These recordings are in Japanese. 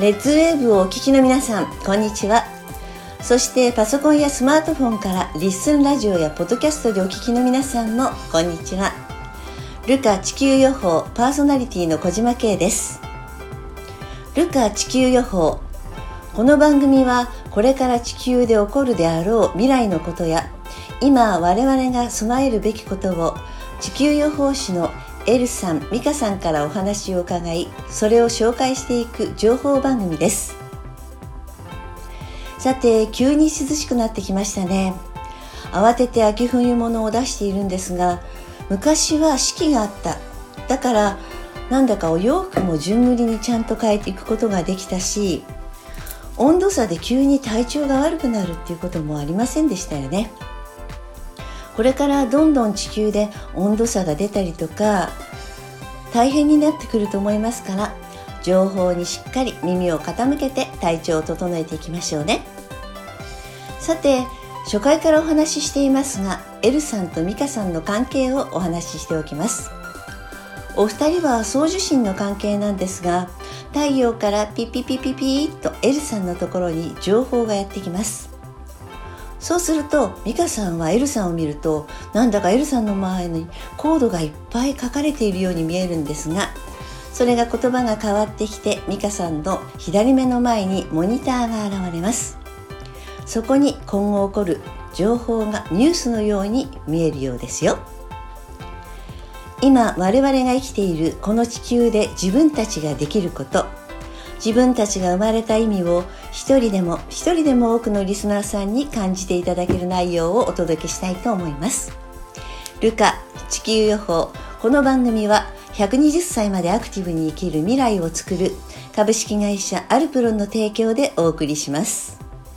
レッズウェーブをお聞きの皆さん、こんにちは。そしてパソコンやスマートフォンからリッスンラジオやポッドキャストでお聞きの皆さんもこんにちは。ルカ地球予報パーソナリティの小島慶です。ルカ地球予報、この番組はこれから地球で起こるであろう未来のことや今我々が備えるべきことを地球予報士のエルさん、ミカさんからお話を伺い、それを紹介していく情報番組です。さて、急に涼しくなってきましたね。慌てて秋冬物を出しているんですが、昔は四季があった。だからなんだかお洋服も順繰りにちゃんと変えていくことができたし、温度差で急に体調が悪くなるっていうこともありませんでしたよね。これからどんどん地球で温度差が出たりとか大変になってくると思いますから、情報にしっかり耳を傾けて体調を整えていきましょうね。さて、初回からお話ししていますが、エルさんとミカさんの関係をお話ししておきます。お二人は送受信の関係なんですが、太陽からピピピピピーっとエルさんのところに情報がやってきます。そうするとミカさんはエルさんを見ると、なんだかエルさんの前にコードがいっぱい書かれているように見えるんですが、それが言葉が変わってきて、ミカさんの左目の前にモニターが現れます。そこに今後起こる情報がニュースのように見えるようですよ。今我々が生きているこの地球で自分たちができること、自分たちが生まれた意味を一人でも多くのリスナーさんに感じていただける内容をお届けしたいと思います。ルカ地球予報、この番組は120歳までアクティブに生きる未来を作る株式会社アルプロンの提供でお送りします。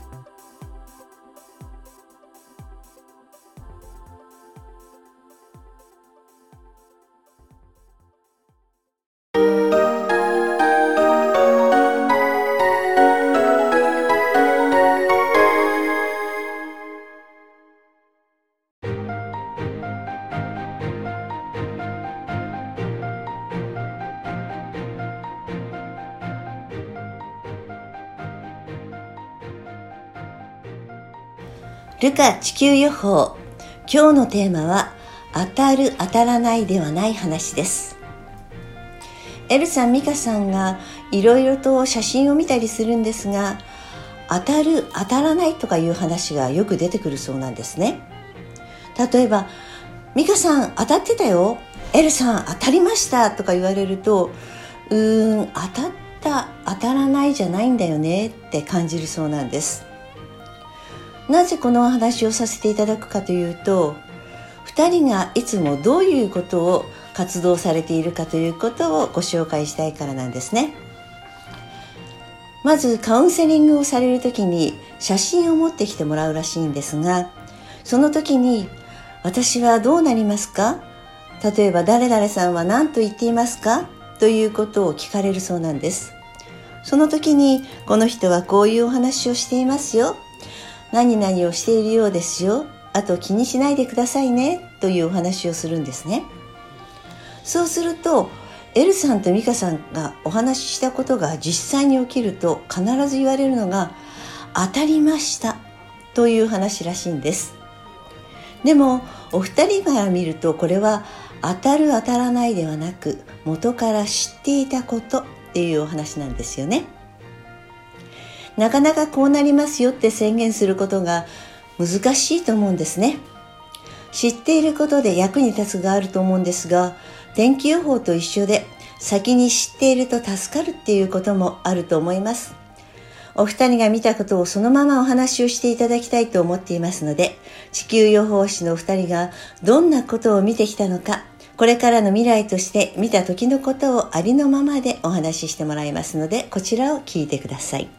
ルカ地球予報、今日のテーマは当たる当たらないではない話です。エルさん、ミカさんがいろいろと写真を見たりするんですが、当たる当たらないとかいう話がよく出てくるそうなんですね。例えば、ミカさん当たってたよ、エルさん当たりましたとか言われると、当たった当たらないじゃないんだよねって感じるそうなんです。なぜこのお話をさせていただくかというと、2人がいつもどういうことを活動されているかということをご紹介したいからなんですね。まずカウンセリングをされるときに写真を持ってきてもらうらしいんですが、その時に私はどうなりますか？例えば誰々さんは何と言っていますか？ということを聞かれるそうなんです。その時にこの人はこういうお話をしていますよ、何々をしているようですよ、あと気にしないでくださいねというお話をするんですね。そうするとエルさんとミカさんがお話ししたことが実際に起きると必ず言われるのが、当たりましたという話らしいんです。でもお二人から見ると、これは当たる当たらないではなく、元から知っていたことっていうお話なんですよね。なかなかこうなりますよって宣言することが難しいと思うんですね。知っていることで役に立つがあると思うんですが、天気予報と一緒で先に知っていると助かるっていうこともあると思います。お二人が見たことをそのままお話をしていただきたいと思っていますので、地球予報士のお二人がどんなことを見てきたのか、これからの未来として見た時のことをありのままでお話ししてもらいますので、こちらを聞いてください。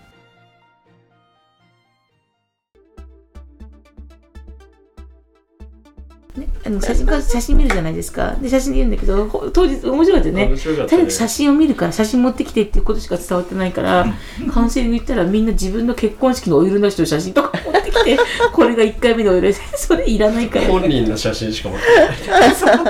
ね、写真見るじゃないですか。で写真で言うんだけど、当日面白かったよね。とにかく写真を見るから、写真持ってきてっていうことしか伝わってないから、カウンセリング行ったらみんな自分の結婚式のお色の人の写真とか持ってきてこれが1回目のお色で、それいらないから、 本人の写真しか持ってない。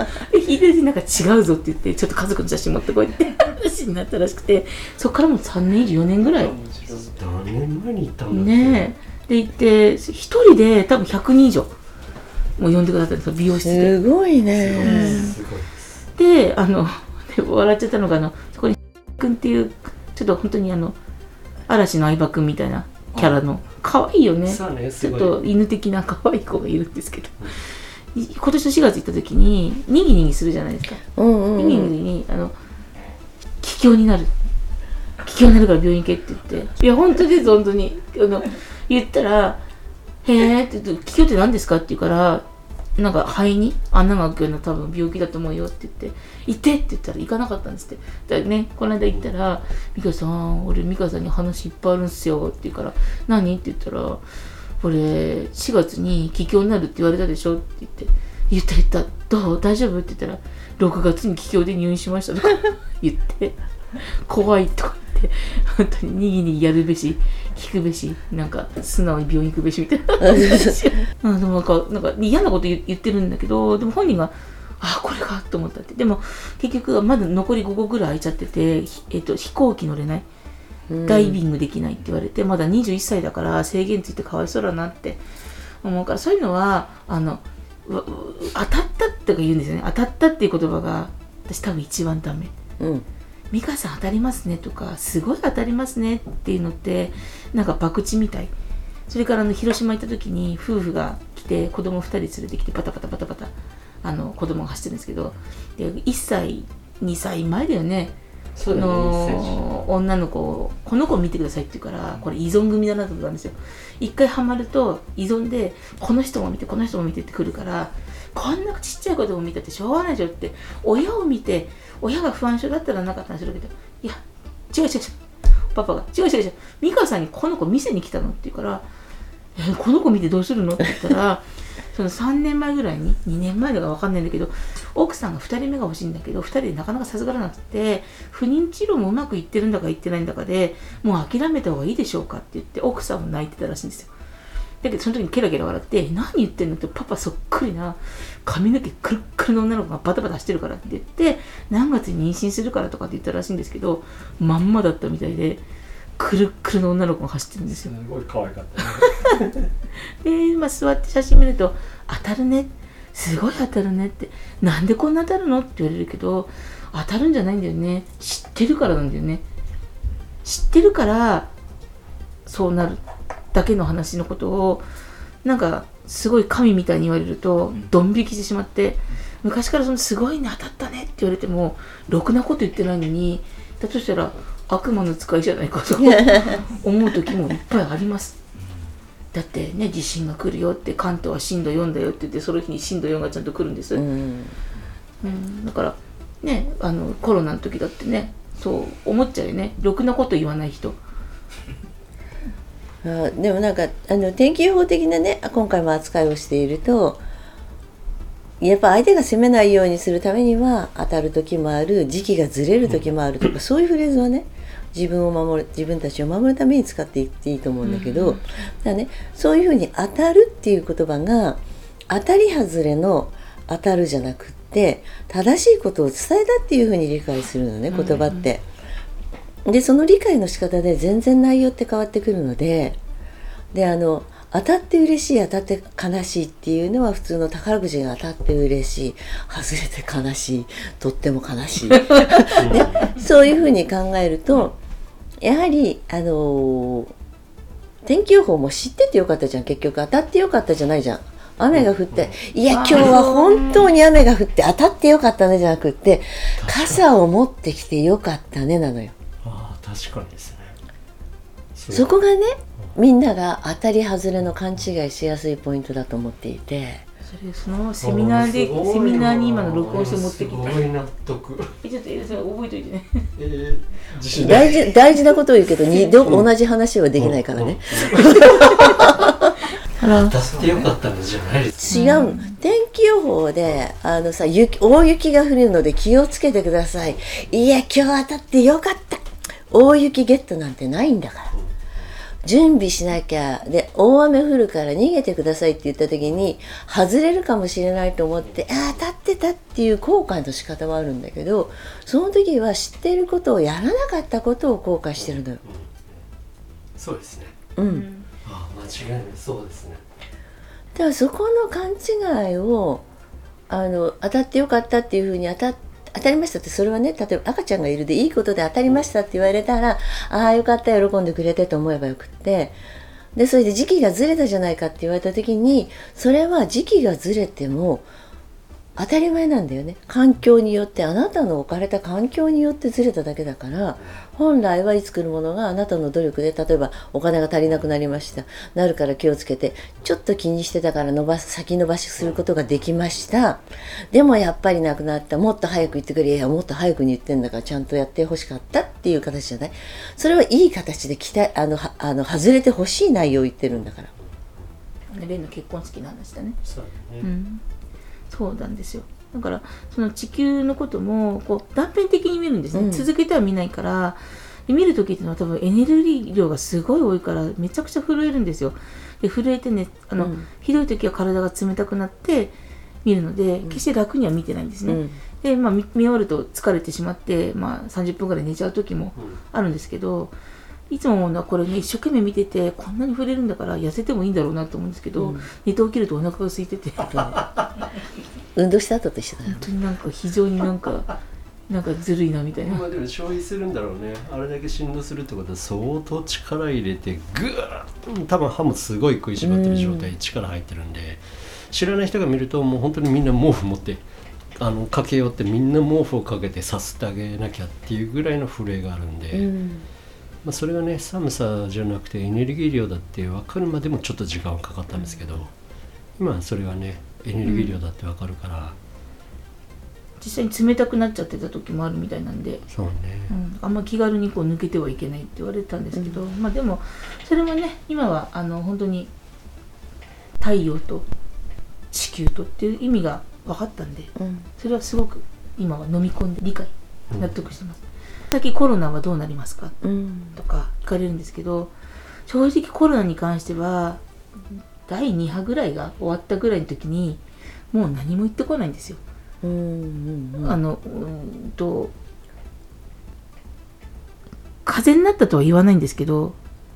いでなんか違うぞって言って、ちょっと家族の写真持ってこいって話になったらしくて、そっからもう3年以上4年ぐらい。 何年前に行ったんだっけねえ。で行って一人で多分100人以上もう呼んでくださったんですよ、美容室で。 すごいね。 すごいで笑っちゃったのがそこにくんっていうちょっと本当に嵐の相葉くんみたいなキャラの可愛いよね、 そうね、すちょごいっと犬的な可愛い子がいるんですけど、今年の4月行った時ににぎにぎするじゃないですか。にぎにぎに気境になるから病院行けって言って、いや本当です本当に言ったら、へえって言って、気境って何ですかって言うから、なんか肺に穴が開くような多分病気だと思うよって言って、行ってって言ったら行かなかったんですって。だからね、この間行ったら、美香さん、俺美香さんに話いっぱいあるんすよって言うから、何って言ったら、俺4月に気境になるって言われたでしょって言ったどう大丈夫って言ったら、6月に気境で入院しましたとか言って怖いとか言って、本当ににぎにぎやるべし聞くべし、なんか素直に病院行くべしみたいなでもなんか嫌なこと言ってるんだけど、でも本人がこれかと思ったって。でも結局まだ残り5個ぐらい空いちゃってて、飛行機乗れない、ダイビングできないって言われて、まだ21歳だから制限ついてかわいそうだなって思うから、そういうのは当たったって言うんですよね。当たったっていう言葉が私多分一番ダメ。美香さん当たりますねとか、すごい当たりますねっていうのってなんか博打みたい。それから広島行った時に夫婦が来て子供2人連れてきてパタパタ子供が走ってるんですけど、で1歳2歳前だよね、 そうだね、 女の子をこの子を見てくださいって言うから、これ依存組だなと思ったんですよ。一回ハマると依存で、この人も見てこの人も見てってくるから、こんなちっちゃい子供見たってしょうがないでしょって、親を見て親が不安症だったらなかったんですけど、いや違うパパが違う美香さんにこの子見せに来たのって言うから、この子見てどうするのって言ったらその3年前ぐらいに、2年前だか分かんないんだけど、奥さんが2人目が欲しいんだけど、2人でなかなか授からなくて、不妊治療もうまくいってるんだかいってないんだかで、もう諦めた方がいいでしょうかって言って奥さんも泣いてたらしいんですよ。だけどその時にケラケラ笑って、何言ってんのって、パパそっくりな髪の毛くるっくるの女の子がバタバタしてるからって言って、何月に妊娠するからとかって言ったらしいんですけど、まんまだったみたいで、くるっくるの女の子が走ってるんですよ。 すごい可愛かったねで、座って写真見ると、当たるね、すごい当たるねって、なんでこんな当たるのって言われるけど、当たるんじゃないんだよね、知ってるからなんだよね。知ってるからそうなるだけの話のことを、なんかすごい神みたいに言われるとドン引きしてしまって、昔からすごいね当たったねって言われてもろくなこと言ってないのに、だとしたら悪魔の使いじゃないかと思う時もいっぱいあります。だってね、地震が来るよって、関東は震度4だよって言って、その日に震度4がちゃんと来るんです。だからね、コロナの時だってね、そう思っちゃうよね、ろくなこと言わない人。 でもなんか天気予報的なね、今回も扱いをしていると、やっぱ相手が責めないようにするためには、当たる時もある、時期がずれる時もあるとか、そういうフレーズはね、自分たちを守るために使っていっていいと思うんだけど、だからね、そういうふうに当たるっていう言葉が当たり外れの当たるじゃなくって、正しいことを伝えたっていうふうに理解するのね、言葉って。でその理解の仕方で全然内容って変わってくるので、当たって嬉しい、当たって悲しいっていうのは普通の宝くじが当たって嬉しい、外れて悲しい、とっても悲しい、ね、そういうふうに考えると、やはり天気予報も知っててよかったじゃん。結局当たってよかったじゃないじゃん。雨が降って、いや今日は本当に雨が降って当たってよかったねじゃなくって、傘を持ってきてよかったねなのよ。 確かにですね。 そこがね、みんなが当たり外れの勘違いしやすいポイントだと思っていて、 そのセミナーに今の録音して持ってきた。 すごい納得。 ちょっとそれ覚えといてね。 大事なことを言うけど、同じ話はできないからね。 当たってよかったのじゃないです。 違う。天気予報で大雪が降るので気をつけてください。いや今日当たってよかった。大雪ゲットなんてないんだから。 準備しなきゃで大雨降るから逃げてくださいって言った時に外れるかもしれないと思って当たってたっていう後悔の仕方はあるんだけど、その時は知っていることをやらなかったことを後悔してるのよ。 そうですね。 うん。 ああ、間違いない。そうですね。 だからそこの勘違いを当たってよかったっていうふうに当たりましたって、それはね、例えば赤ちゃんがいるでいいことで当たりましたって言われたら、ああよかった喜んでくれてと思えばよくって、でそれで時期がずれたじゃないかって言われた時に、それは時期がずれても当たり前なんだよね。環境によって、あなたの置かれた環境によってずれただけだから、本来はいつ来るものがあなたの努力で、例えばお金が足りなくなりました、なるから気をつけてちょっと気にしてたから先延ばしすることができました。でもやっぱりなくなった、もっと早く言ってくれ、いやもっと早くに言ってんだからちゃんとやってほしかったっていう形じゃない。それはいい形で外れてほしい内容を言ってるんだから。 例の結婚式の話だね。 そうだね。 うん、そうなんですよ。だからその地球のこともこう断片的に見るんですね、続けては見ないから。で見る時っていうのは多分エネルギー量がすごい多いからめちゃくちゃ震えるんですよ。で震えてね、ひどい時は体が冷たくなって見るので、決して楽には見てないんですね、で、見終わると疲れてしまって、30分ぐらい寝ちゃう時もあるんですけど、いつも思うのはこれね、一生懸命見ててこんなに触れるんだから痩せてもいいんだろうなと思うんですけど、寝て起きるとお腹が空いてて運動した後と一緒だよ。 本当に非常にずるいなみたいな。 でも消費するんだろうね。あれだけ振動するってことは相当力入れてグーッ、多分歯もすごい食いしばってる状態、力入ってるんで、知らない人が見るともう本当にみんな毛布持ってかけようって、みんな毛布をかけてさすってあげなきゃっていうぐらいの震えがあるんで、それがね、寒さじゃなくてエネルギー量だって分かるまでもちょっと時間はかかったんですけど、今はそれはねエネルギー量だって分かるから、 実際に冷たくなっちゃってた時もあるみたいなんで、 そうね、 あんま気軽に抜けてはいけないって言われてたんですけど、でもそれもね、今は本当に太陽と地球とっていう意味が分かったんで、それはすごく今は飲み込んで理解、納得してます。さっきコロナはどうなりますか、とか聞かれるんですけど、正直コロナに関しては第2波ぐらいが終わったぐらいの時にもう何も言ってこないんですよ。風邪になったとは言わないんですけど、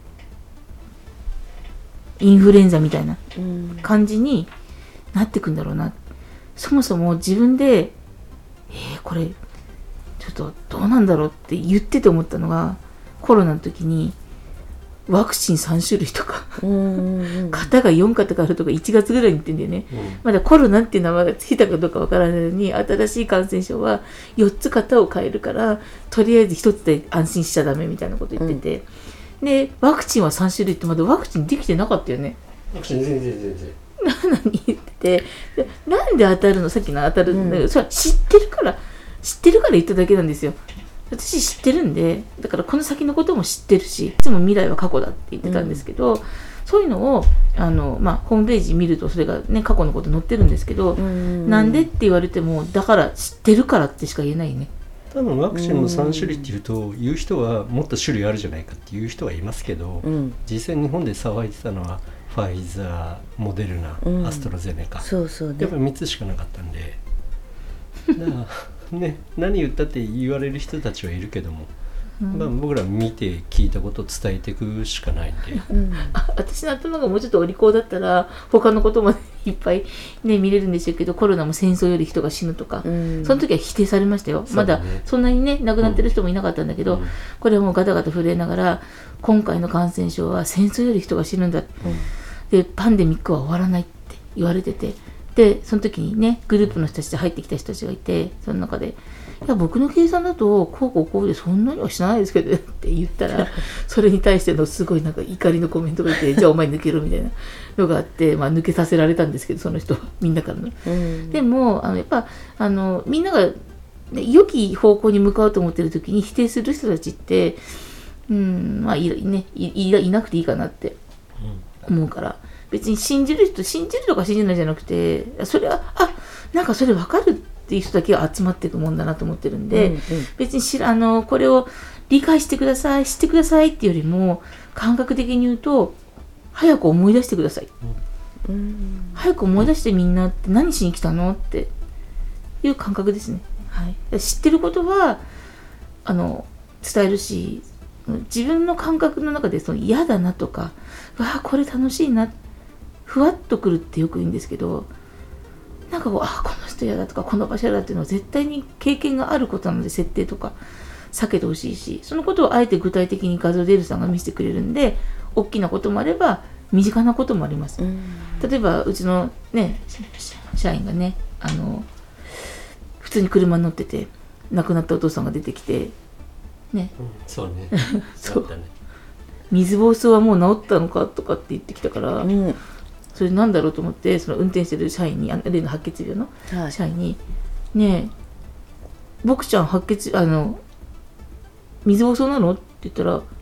インフルエンザみたいな感じになってくんだろうな。そもそも自分でこれちょっとどうなんだろうって言ってて思ったのが、コロナの時にワクチン3種類とか型が4型があるとか1月ぐらいに言ってんだよね、まだコロナっていう名前がついたかどうかわからないのに、新しい感染症は4つ型を変えるからとりあえず1つで安心しちゃダメみたいなこと言ってて、でワクチンは3種類ってまだワクチンできてなかったよね。 ワクチン全然何言ってて、なんで当たるの、さっきの当たるんだけど、それは知ってるから言っただけなんですよ。私知ってるんで、だからこの先のことも知ってるし、いつも未来は過去だって言ってたんですけど、そういうのをホームページ見るとそれがね過去のこと載ってるんですけど、なんでって言われても、だから知ってるからってしか言えないね。 多分ワクチンも3種類っていうと、言う人はもっと種類あるじゃないかっていう人はいますけど、実際日本で騒いでたのはファイザー、モデルナ、アストラゼネカ、やっぱり3つしかなかったんで、だからね、何言ったって言われる人たちはいるけども、僕ら見て聞いたことを伝えていくしかないんで、 私の頭がもうちょっとお利口だったら他のこともいっぱい、見れるんでしょうけど、コロナも戦争より人が死ぬとか、その時は否定されましたよ。まだそんなにね亡くなってる人もいなかったんだけど、これはもうガタガタ震えながら、今回の感染症は戦争より人が死ぬんだ、でパンデミックは終わらないって言われてて、でその時にねグループの人たちで入ってきた人たちがいて、その中でいや僕の計算だとこうでそんなにはしないですけどって言ったらそれに対してのすごい怒りのコメントがいてじゃあお前抜けろみたいなのがあって、抜けさせられたんですけど、その人はみんなからの、でもやっぱみんなが、良き方向に向かうと思ってる時に否定する人たちっていなくていいかなって思うから、別に信じるとか信じないじゃなくて、それはなんかそれ分かるっていう人だけが集まっていくもんだなと思ってるんで、別にこれを理解してください知ってくださいっていうよりも、 感覚的に言うと早く思い出してください、早く思い出して、みんなって何しに来たのっていう感覚ですね、はい、知ってることは伝えるし、自分の感覚の中でその嫌だなとか、わあこれ楽しいな、ふわっとくるってよく言うんですけど、なんかこう、あこの人嫌だとかこの場所嫌だっていうのは絶対に経験があることなので、設定とか避けてほしいし、そのことをあえて具体的に画像でエルさんが見せてくれるんで、大きなこともあれば身近なこともあります、例えばうちのね社員がね、普通に車に乗ってて亡くなったお父さんが出てきてね、 そうねそうだね、水疱瘡はもう治ったのかとかって言ってきたから、それなんだろうと思って、その運転してる社員に、例の白血病の社員に、ねえ僕ちゃん水疱瘡なのって言ったら、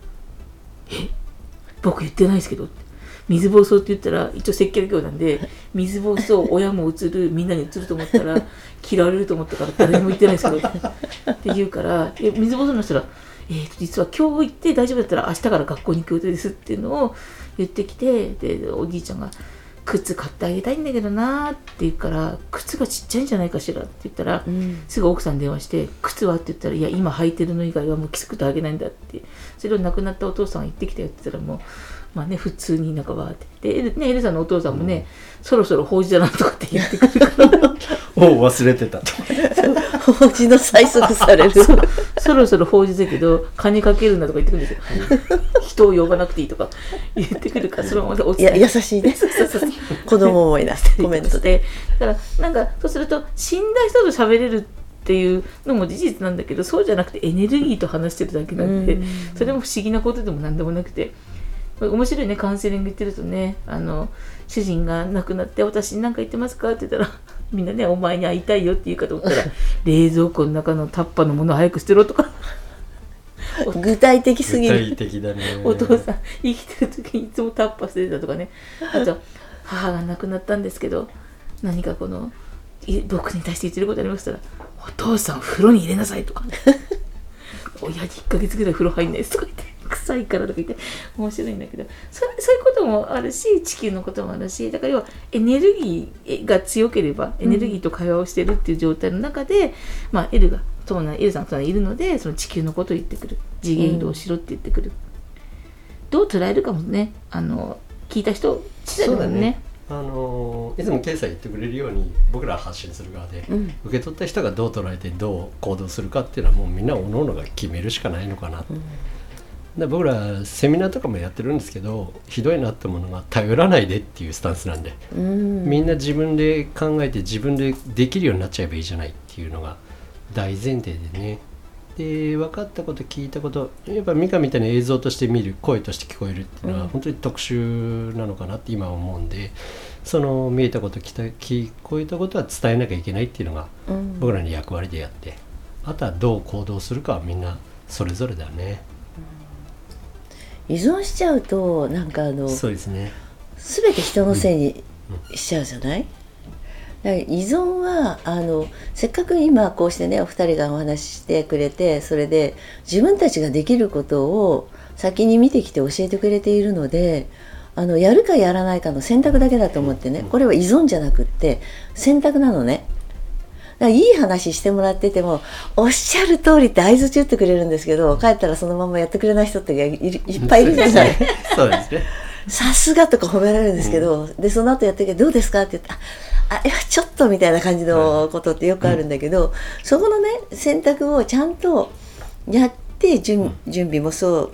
僕言ってないですけど、水疱瘡って言ったら一応接客業なんで、水疱瘡親もうつる、みんなにうつると思ったら嫌われると思ったから誰も言ってないですけどって言うから、水疱瘡の人ら、実は今日行って大丈夫だったら明日から学校に行く予定ですっていうのを言ってきて、でおじいちゃんが靴買ってあげたいんだけどなーって言うから、靴がちっちゃいんじゃないかしらって言ったら、すぐ奥さんに電話して、靴はって言ったら、いや今履いてるの以外はもうきつくてあげないんだって、それを亡くなったお父さんが言ってきたよって言ったら、もうまあね普通になんかわーってで、エルさんのお父さんもね、そろそろ法事だなとかって言ってくるから忘れてたと法事の催促されるそろそろ法事だけど金かけるんだとか言ってくるんですよ人を呼ばなくていいとか言ってくるから、そのままお伝え、 優しいね子供思いなコメントで、 だからなんかそうすると死んだ人と喋れるっていうのも事実なんだけど、そうじゃなくてエネルギーと話してるだけなんで、それも不思議なことでも何でもなくて、面白いね。カウンセリング行ってるとね、主人が亡くなって私に何か言ってますかって言ったらみんなね、お前に会いたいよって言うかと思ったら冷蔵庫の中のタッパーのものを早く捨てろとか具体的すぎる。 具体的だね。 お父さん生きてる時にいつもタッパー捨ててたとかね。あと母が亡くなったんですけど、何か僕に対して言ってることありましたら、お父さん風呂に入れなさいとか親に1ヶ月ぐらい風呂入んないですとか言って、臭いからとか言って面白いんだけど、そういうこともあるし、地球のこともあるし、だから要はエネルギーが強ければエネルギーと会話をしてるっていう状態の中で、エルさんといるので、その地球のことを言ってくる、次元移動しろって言ってくる、どう捉えるかもね、聞いた人次第だもんね。 いつもケイさん言ってくれるように、僕らは発信する側で、受け取った人がどう捉えてどう行動するかっていうのはもうみんな各々が決めるしかないのかな、で僕らセミナーとかもやってるんですけど、ひどいなってものが頼らないでっていうスタンスなんで、みんな自分で考えて自分でできるようになっちゃえばいいじゃないっていうのが大前提でね。で分かったこと聞いたこと、やっぱミカみたいに映像として見る、声として聞こえるっていうのは本当に特殊なのかなって今は思うんで、その見えたこと聞こえたことは伝えなきゃいけないっていうのが僕らの役割であって、あとはどう行動するかはみんなそれぞれだね。 依存しちゃうとなんかそうですね、 全て人のせいにしちゃうじゃない、だから依存はせっかく今こうしてねお二人がお話ししてくれて、それで自分たちができることを先に見てきて教えてくれているので、やるかやらないかの選択だけだと思ってね、これは依存じゃなくって選択なのね。だからいい話してもらっててもおっしゃる通りって相槌打ってくれるんですけど、帰ったらそのままやってくれない人っていっぱいいるじゃない。 そうですね。 さすがとか褒められるんですけど、でその後やってるけどどうですかって言ったら、あれはちょっとみたいな感じのことってよくあるんだけど、そこのね選択をちゃんとやって準備もそう、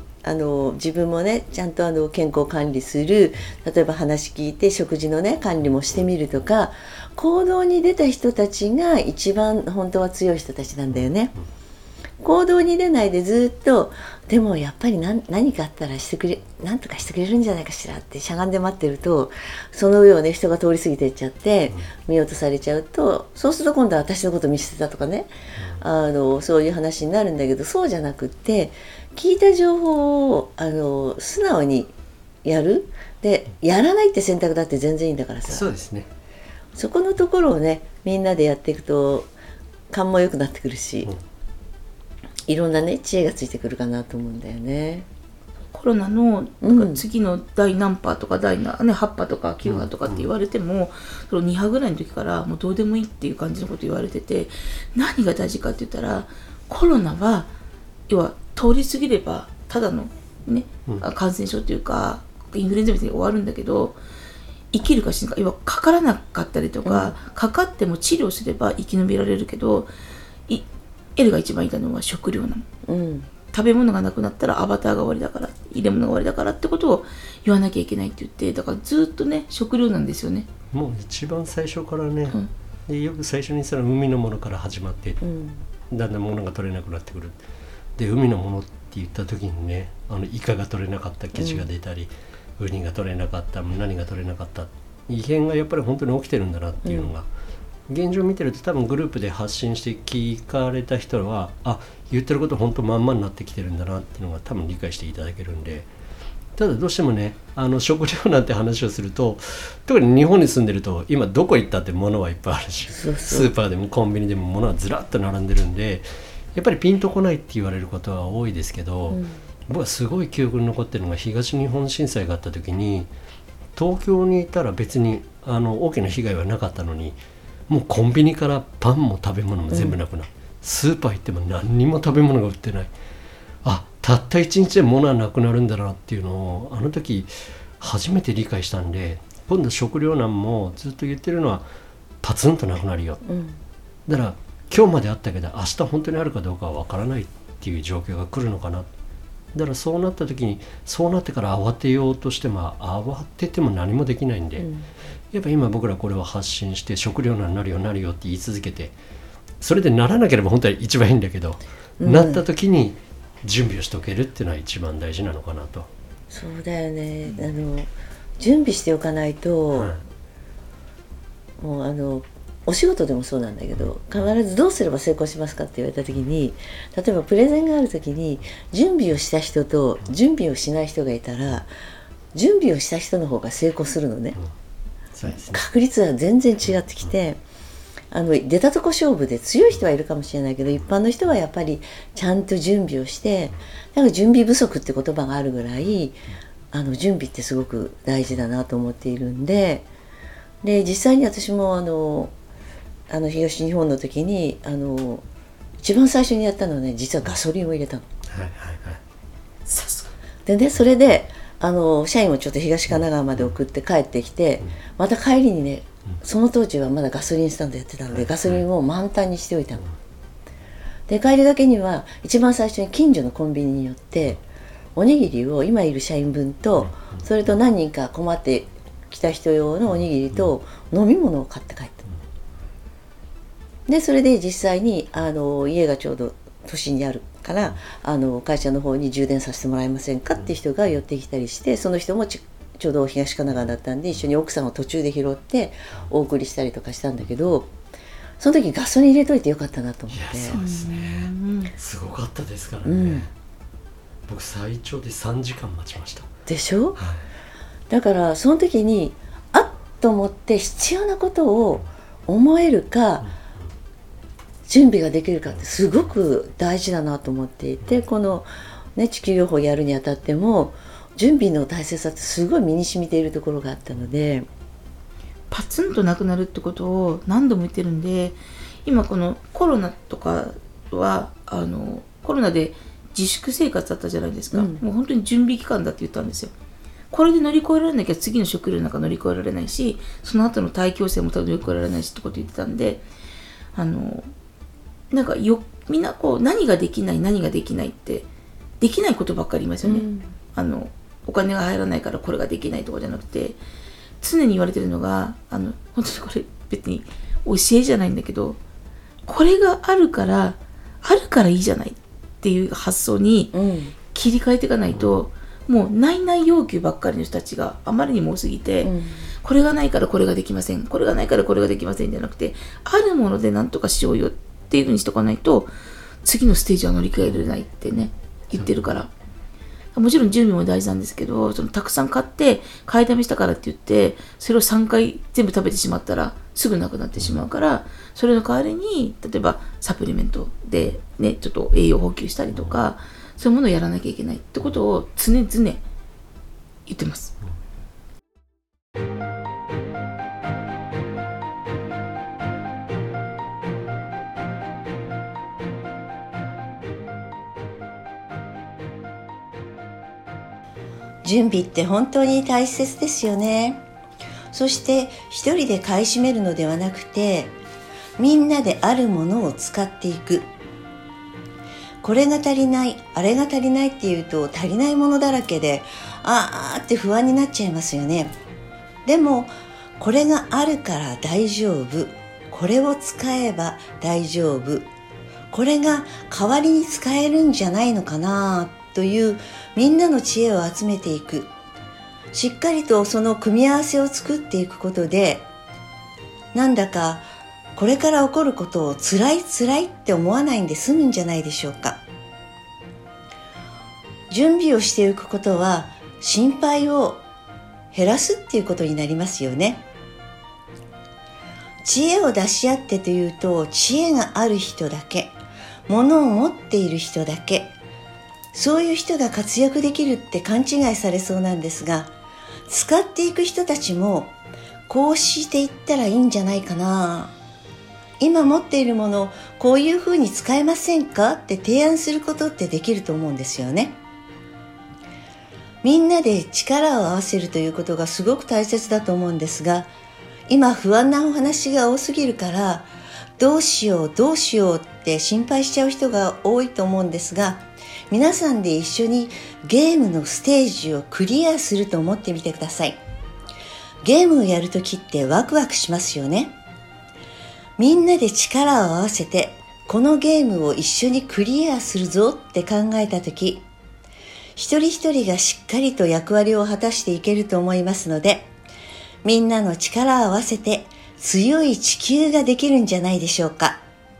自分もねちゃんと健康管理する、例えば話聞いて食事のね管理もしてみるとか、行動に出た人たちが一番本当は強い人たちなんだよね。行動に出ないでずっとでもやっぱり何かあったら何とかしてくれるんじゃないかしらってしゃがんで待ってると、その上をね人が通り過ぎていっちゃって見落とされちゃうと、そうすると今度は私のこと見捨てたとかね、そういう話になるんだけど、そうじゃなくって聞いた情報を素直にやる、でやらないって選択だって全然いいんだからさ。 そうですね。 そこのところをねみんなでやっていくと勘も良くなってくるし、いろんなね知恵がついてくるかなと思うんだよね。 こコロナのなんか次の第何波とか第8波とか9波とかって言われても、その2波ぐらいの時からもうどうでもいいっていう感じのこと言われてて、何が大事かって言ったら、コロナは要は通り過ぎればただのね、感染症というかインフルエンザみたいに終わるんだけど、生きるか死ぬか、要はかからなかったりとか、かかっても治療すれば生き延びられるけど、エルが一番言いたのは食料なの、食べ物がなくなったらアバターが終わりだから、入れ物が終わりだからってことを言わなきゃいけないって言って、だからずっとね食料なんですよね。 もう一番最初からね、でよく最初にその海のものから始まって、だんだん物が取れなくなってくる。で海のものって言った時にね、イカが取れなかった記事が出たり、ウニが取れなかった、何が取れなかった、異変がやっぱり本当に起きてるんだなっていうのが、現状見てると多分グループで発信して聞かれた人は、言ってること本当まんまになってきてるんだなっていうのが多分理解していただけるんで。ただどうしてもね、食料なんて話をすると、特に日本に住んでると今どこ行ったって物はいっぱいあるし、スーパーでもコンビニでも物はずらっと並んでるんで、やっぱりピンとこないって言われることは多いですけど、僕はすごい記憶に残ってるのが東日本震災があった時に、東京にいたら別に大きな被害はなかったのに、もうコンビニからパンも食べ物も全部なくなる、スーパー行っても何にも食べ物が売ってない、たった1日で物はなくなるんだなっていうのをあの時初めて理解したんで、今度食糧難もずっと言ってるのはパツンとなくなるよ、だから今日まであったけど明日本当にあるかどうかは分からないっていう状況が来るのかな。だからそうなった時に、そうなってから慌てようとしても慌てても何もできないんで、やっぱ今僕らこれを発信して食糧難になるよなるよって言い続けて、それでならなければ本当は一番いいんだけど、なった時に準備をしておけるっていうのは一番大事なのかなと。 そうだよね、準備しておかないと、もうお仕事でもそうなんだけど、必ずどうすれば成功しますかって言われた時に、例えばプレゼンがある時に準備をした人と準備をしない人がいたら、準備をした人の方が成功するのね、 そうですね、 確率は全然違ってきて、出たとこ勝負で強い人はいるかもしれないけど、一般の人はやっぱりちゃんと準備をして、だから準備不足って言葉があるぐらい準備ってすごく大事だなと思っているんで、実際に私も東日本の時に一番最初にやったのはね、実はガソリンを入れたの。さすがでね、それで社員をちょっと東神奈川まで送って帰ってきて、また帰りにね、その当時はまだガソリンスタンドやってたので、ガソリンを満タンにしておいたの。で帰りがけには一番最初に近所のコンビニに寄っておにぎりを今いる社員分と、それと何人か困ってきた人用のおにぎりと飲み物を買って帰った。でそれで実際に家がちょうど都心にあるから会社の方に充電させてもらえませんかっていう人が寄ってきたりして、その人もちょうど東神奈川だったんで、一緒に奥さんを途中で拾ってお送りしたりとかしたんだけど、その時ガソリン入れといてよかったなと思って。 そうですね、すごかったですからね、僕最長で3時間待ちましたでしょ、だからその時にと思って必要なことを思えるか、準備ができるかってすごく大事だなと思っていて、この、地球予報やるにあたっても準備の大切さってすごい身に染みているところがあったので、 パツンとなくなるってことを何度も言ってるんで、今このコロナとかはコロナで自粛生活だったじゃないですか、もう本当に準備期間だって言ったんですよ。これで乗り越えられなきゃ次の食料なんか乗り越えられないし、その後の大気汚染も乗り越えられないしってこと言ってたんで、なんかみんなこう何ができないってできないことばっかり言いますよね、お金が入らないからこれができないとかじゃなくて、常に言われてるのが本当にこれ別に教えじゃないんだけど、これがあるからいいじゃないっていう発想に切り替えていかないと、もうない要求ばっかりの人たちがあまりにも多すぎて、これがないからこれができません、これがないからこれができませんじゃなくて、あるもので何とかしようよっていうふうにしとかないと次のステージは乗り越えられないってね言ってるから。もちろん準備も大事なんですけど、たくさん買って買いだめしたからって言ってそれを3回全部食べてしまったらすぐなくなってしまうから、それの代わりに例えばサプリメントでねちょっと栄養補給したりとか、 そういうものをやらなきゃいけないってことを常々言ってます。 準備って本当に大切ですよね。そして一人で買い占めるのではなくて、みんなであるものを使っていく。これが足りない、あれが足りないっていうと足りないものだらけで、あーって不安になっちゃいますよね。でもこれがあるから大丈夫、これを使えば大丈夫、これが代わりに使えるんじゃないのかなというみんなの知恵を集めていく。しっかりとその組み合わせを作っていくことで、なんだかこれから起こることを辛いって思わないんで済むんじゃないでしょうか。準備をしていくことは心配を減らすっていうことになりますよね。知恵を出し合ってというと、知恵がある人だけ、物を持っている人だけ、そういう人が活躍できるって勘違いされそうなんですが、使っていく人たちもこうしていったらいいんじゃないかな、今持っているものをこういうふうに使えませんかって提案することってできると思うんですよね。みんなで力を合わせるということがすごく大切だと思うんですが、今不安なお話が多すぎるから、どうしようって心配しちゃう人が多いと思うんですが、皆さんで一緒にゲームのステージをクリアすると思ってみてください。ゲームをやるときってワクワクしますよね。みんなで力を合わせてこのゲームを一緒にクリアするぞって考えたとき、一人一人がしっかりと役割を果たしていけると思いますので、みんなの力を合わせて強い地球ができるんじゃないでしょうか。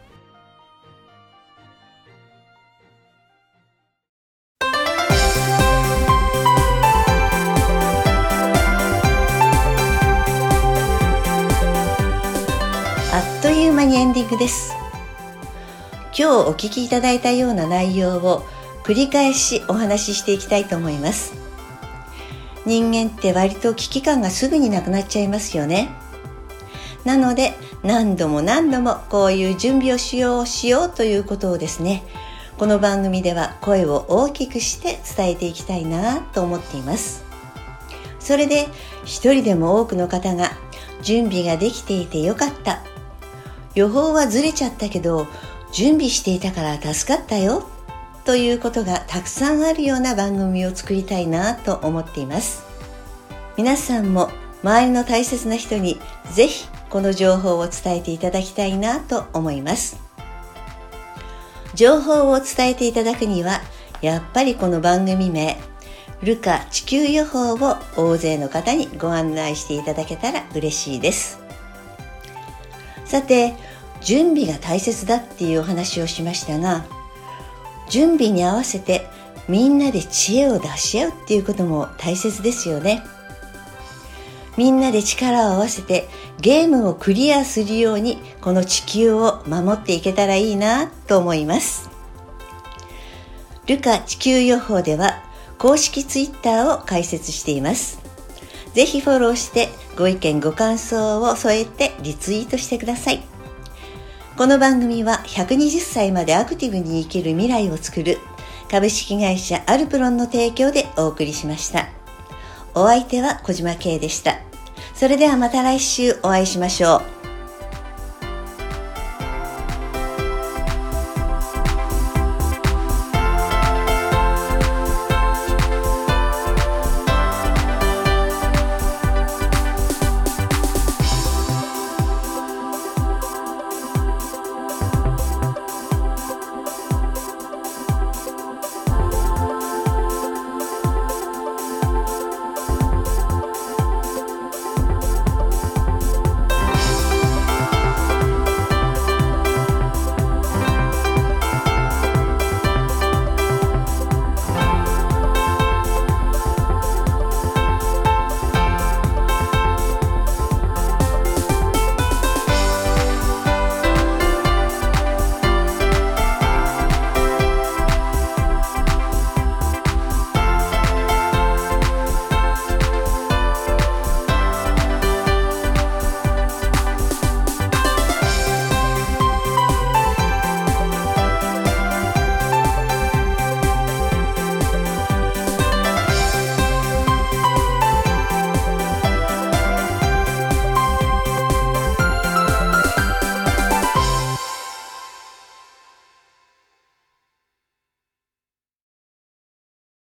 あっという間にエンディングです。今日お聞きいただいたような内容を繰り返しお話ししていきたいと思います。人間って割と危機感がすぐになくなっちゃいますよね。なので何度もこういう準備をしようということをですね、この番組では声を大きくして伝えていきたいなと思っています。それで一人でも多くの方が準備ができていてよかった、予報はずれちゃったけど準備していたから助かったよということがたくさんあるような番組を作りたいなと思っています。皆さんも周りの大切な人にぜひこの情報を伝えていただきたいなと思います。情報を伝えていただくにはやっぱりこの番組名ルカ地球予報を大勢の方にご案内していただけたら嬉しいです。さて、準備が大切だっていうお話をしましたが、準備に合わせてみんなで知恵を出し合うっていうことも大切ですよね。みんなで力を合わせてゲームをクリアするようにこの地球を守っていけたらいいなと思います。ルカ地球予報では公式ツイッターを開設しています。ぜひフォローしてご意見ご感想を添えてリツイートしてください。この番組は120歳までアクティブに生きる未来を作る株式会社アルプロンの提供でお送りしました。お相手は小島慶でした。それではまた来週お会いしましょう。